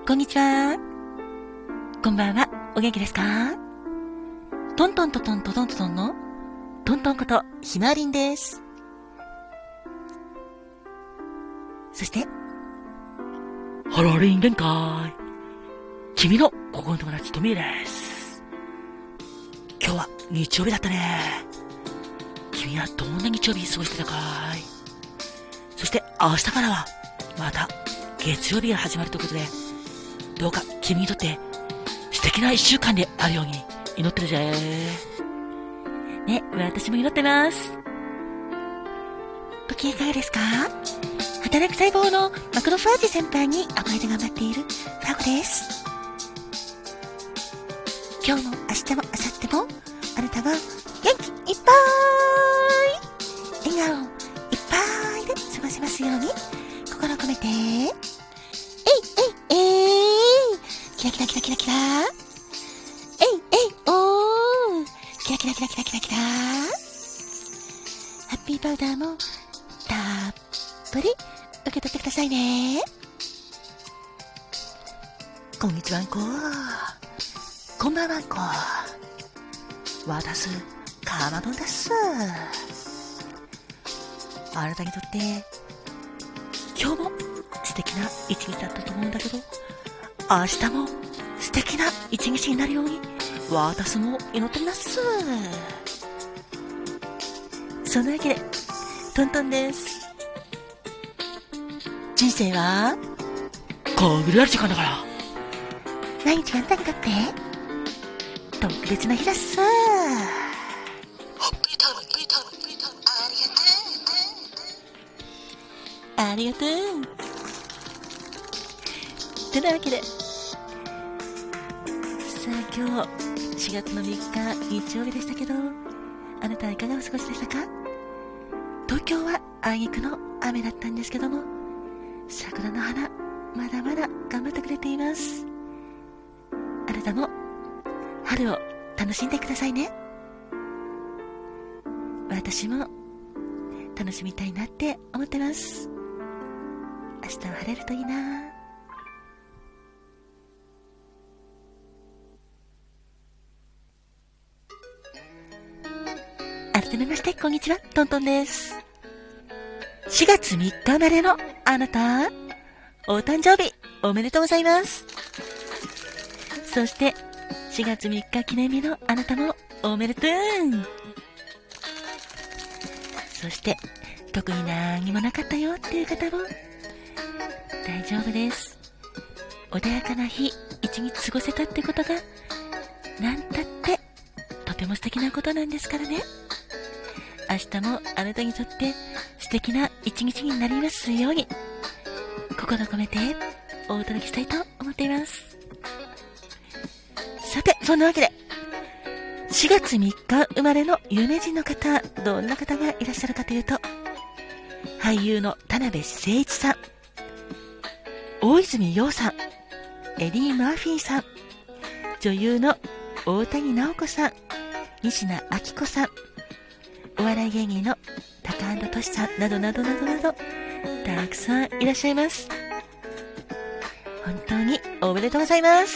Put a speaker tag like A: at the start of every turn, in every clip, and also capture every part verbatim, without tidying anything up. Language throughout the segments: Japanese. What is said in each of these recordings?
A: こんにちは。こんばんは。お元気ですか？トントントントントントントンのトントンことひまわりんです。そしてハローリン限界、君の心の友達トミーです。今日は日曜日だったね。君はどんな日曜日過ごしてたかい？そして明日からはまた月曜日が始まるということで、どうか君にとって素敵な一週間であるように祈ってるぜ。ね、私も祈ってます。ご機嫌いかがですか？働く細胞のマクロファージ先輩に憧れて頑張っているファゴです。今日も明日も明後日もあなたは元気いっぱい、笑顔いっぱいで過ごせますように心を込めて、えいえいえい、キラキラキラキラキラ、えいえいおー、キラキラキラキラキラキラ、ハッピーパウダーもたっぷり受け取ってくださいね。こんにちはんこ、こんばんはんこ、わたすかまどんです。あなたにとって今日も素敵な一日だったと思うんだけど、明日も素敵な一日になるように私も祈っております。そのわけでトントンです。人生は限りある時間だから、毎日あんたにとって特別な日だっす。ありがとう。てなわけで、さあ今日しがつのみっか日曜日でしたけど、あなたはいかがお過ごしでしたか？東京はあいにくの雨だったんですけども、桜の花まだまだ頑張ってくれています。あなたも春を楽しんでくださいね。私も楽しみたいなって思ってます。明日は晴れるといいな。改めましてこんにちは、トントンです。しがつみっか生まれのあなた、お誕生日おめでとうございます。そしてしがつみっか記念日のあなたもおめでとう。そして特に何もなかったよっていう方も大丈夫です。穏やかな日一日過ごせたってことがなんたってとても素敵なことなんですからね。明日もあなたにとって素敵な一日になりますように心を込めてお届けしたいと思っています。さて、そんなわけでしがつみっか生まれの有名人の方、どんな方がいらっしゃるかというと、俳優の田辺誠一さん、大泉洋さん、エディ・マーフィーさん、女優の大谷直子さん、西名晃子さん、お笑い芸人のタカアンドトシさんなどなどなどなどたくさんいらっしゃいます。本当におめでとうございます。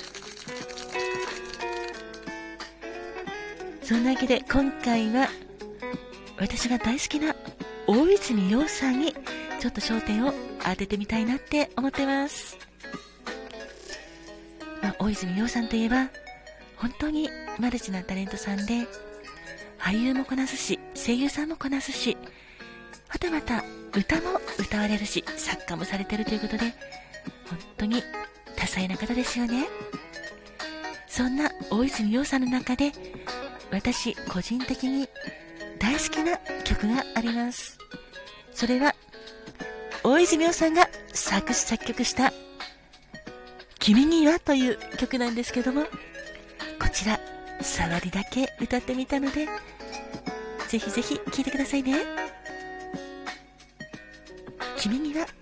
A: そんなわけで今回は私が大好きな大泉洋さんにちょっと焦点を当ててみたいなって思ってます。まあ、大泉洋さんといえば本当にマルチなタレントさんで、俳優もこなすし声優さんもこなすし、はたまた歌も歌われるし作家もされてるということで、本当に多彩な方ですよね。そんな大泉洋さんの中で私個人的に大好きな曲があります。それは大泉洋さんが作詞作曲した君にはという曲なんですけども、こちら触りだけ歌ってみたのでぜひぜひ聴いてくださいね。君には。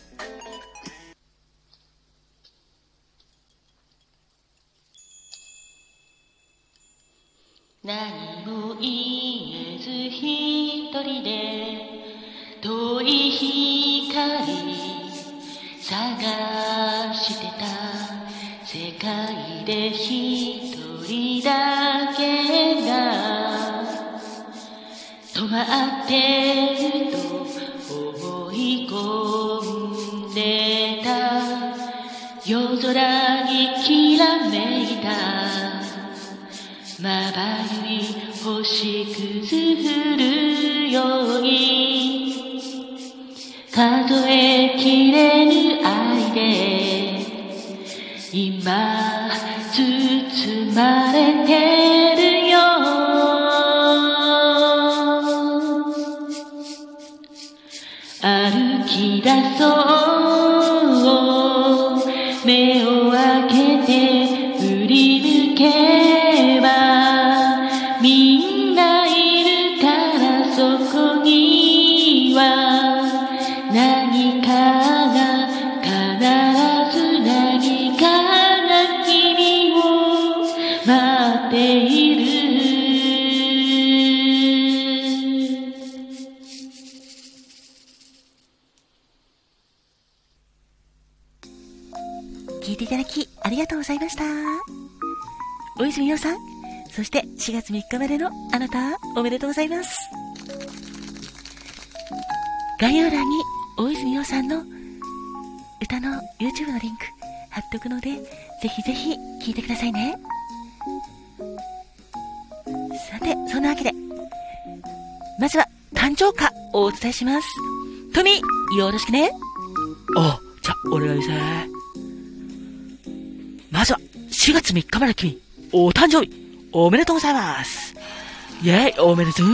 B: 何も言えず一人で遠い光探してた世界で一人だけが止まってると思い込んでた夜空にきらめいたまばゆい星屑降るように数えきれぬ愛で今包まれてるよ歩き出そう目を開けて振り抜けばみんないるからそこには何かが必ず何かが君を待っている
A: 聞いていただきありがとうございました。大泉洋さん、そしてしがつみっかまでのあなたおめでとうございます。概要欄に大泉洋さんの歌の YouTube のリンク貼っとくのでぜひぜひ聞いてくださいね。さてそんなわけでまずは誕生花をお伝えします。トミーよろしくね。
C: あ、じゃあお願いします。まずはしがつみっかまで君お誕生日おめでとうございます。イェイおめでとう。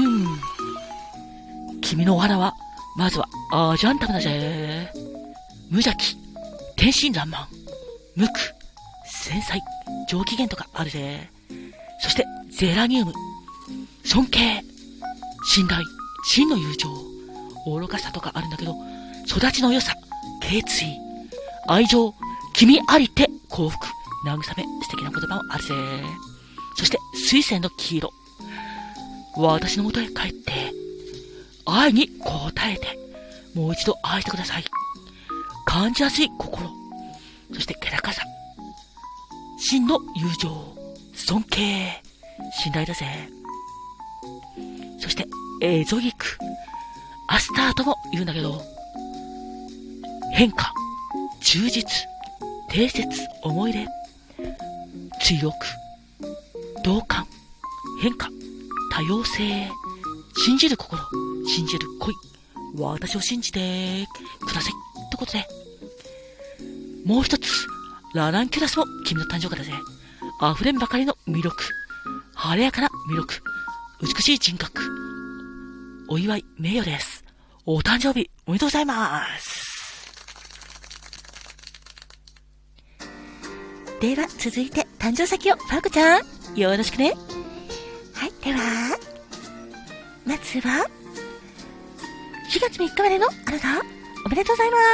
C: 君のお花はまずはアジャンタムだぜ。無邪気、天真爛漫、無垢、繊細、上機嫌とかあるぜ。そしてゼラニウム、尊敬、信頼、真の友情、愚かさとかあるんだけど育ちの良さ、敬意、愛情、君ありて幸福、慰め、素敵な言葉もあるぜ。そして水仙の黄色、私の元へ帰って愛に応えてもう一度愛してください。感じやすい心、そして気高さ、真の友情、尊敬、信頼だぜ。そしてエゾギク、アスターとも言うんだけど変化、充実、定説、思い入れ、強く、同感、変化、多様性、信じる心、信じる恋、私を信じてくださいってことで、もう一つラナンキュラスも君の誕生日だぜ。溢れんばかりの魅力、晴れやかな魅力、美しい人格、お祝い名誉です。お誕生日おめでとうございます。
A: では続いて誕生石をファーコちゃんよろしくね。はい、ではまずはしがつみっかまでのあなたおめでとうございます。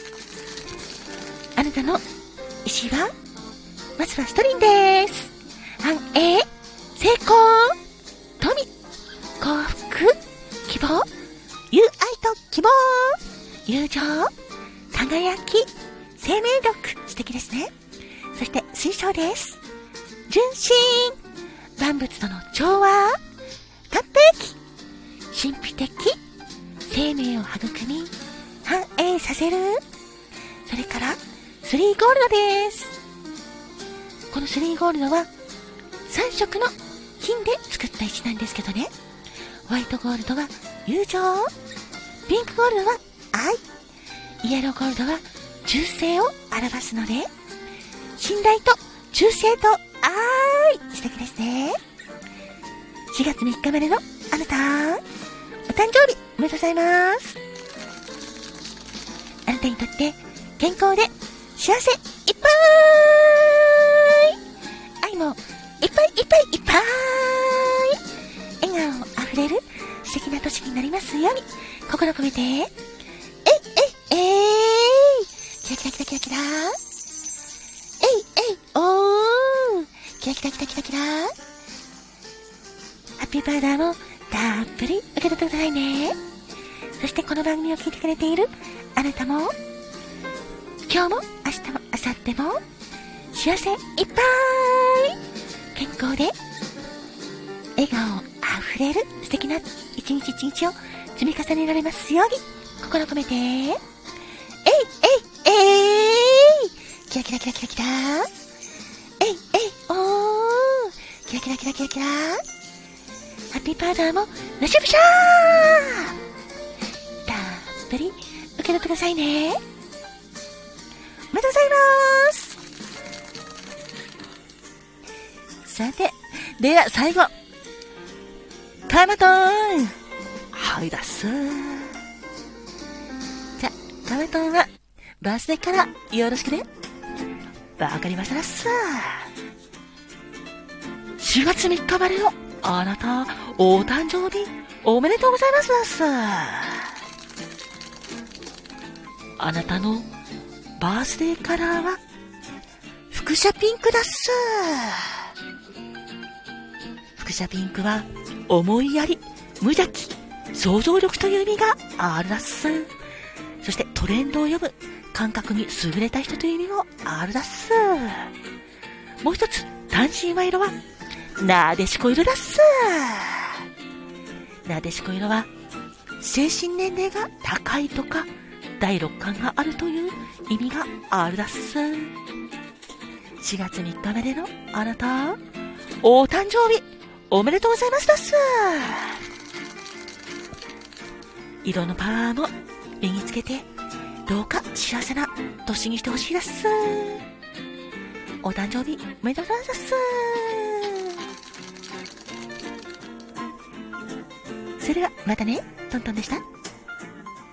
A: あなたの石はまずはストリンです。繁栄、成功、富、幸福、希望、友愛と希望、友情、輝き、生命力、素敵ですね。そして水晶です。純真、万物との調和、完璧、神秘的、生命を育み繁栄させる。それからスリーゴールドです。このスリーゴールドはさん色の金で作った石なんですけどね、ホワイトゴールドは友情、ピンクゴールドは愛、イエローゴールドは忠誠を表すので信頼と忠誠と愛、素敵ですね。しがつみっかまでのあなたお誕生日おめでとうございます。あなたにとって健康で幸せいっぱい、愛もいっぱいいっぱいいっぱい、笑顔あふれる素敵な年になりますように心込めて、えいえいえい、キラキラキラキラキラ、えいえいおー、キラキラキラキラキラ、ハッピーパウダーもたっぷり受け取ってくださいね。そしてこの番組を聞いてくれているあなたも今日も明日も明後日も幸せいっぱい健康で笑顔あふれる素敵な一日一日を積み重ねられますように心込めて、えいえいえいキラキラキラキラキラ、えいえいおーキラキラキラキラキラ、ハッピーパウダーもラシャブシャーたっぷり受け取ってくださいね。おめでとうございます。さて、では最後、カマトンはいだっす。じゃ、カマトンはバースデーからよろしくね。わかりましたらっす。しがつみっかまでのあなたお誕生日おめでとうございますだっす。あなたのバースデーカラーは複写ピンクだっす。複写ピンクは思いやり、無邪気、想像力という意味があるだっす。そしてトレンドを読む感覚に優れた人という意味もあるだっす。もう一つ単身は色はなでしこ色だっす。なでしこ色は精神年齢が高いとか第六感があるという意味があるだっす。しがつみっかまでのあなたお誕生日おめでとうございますだっす。色のパワーも身につけてどうか幸せな年にしてほしいだっす。お誕生日おめでとうございますだっす。それではまたね、トントンでした。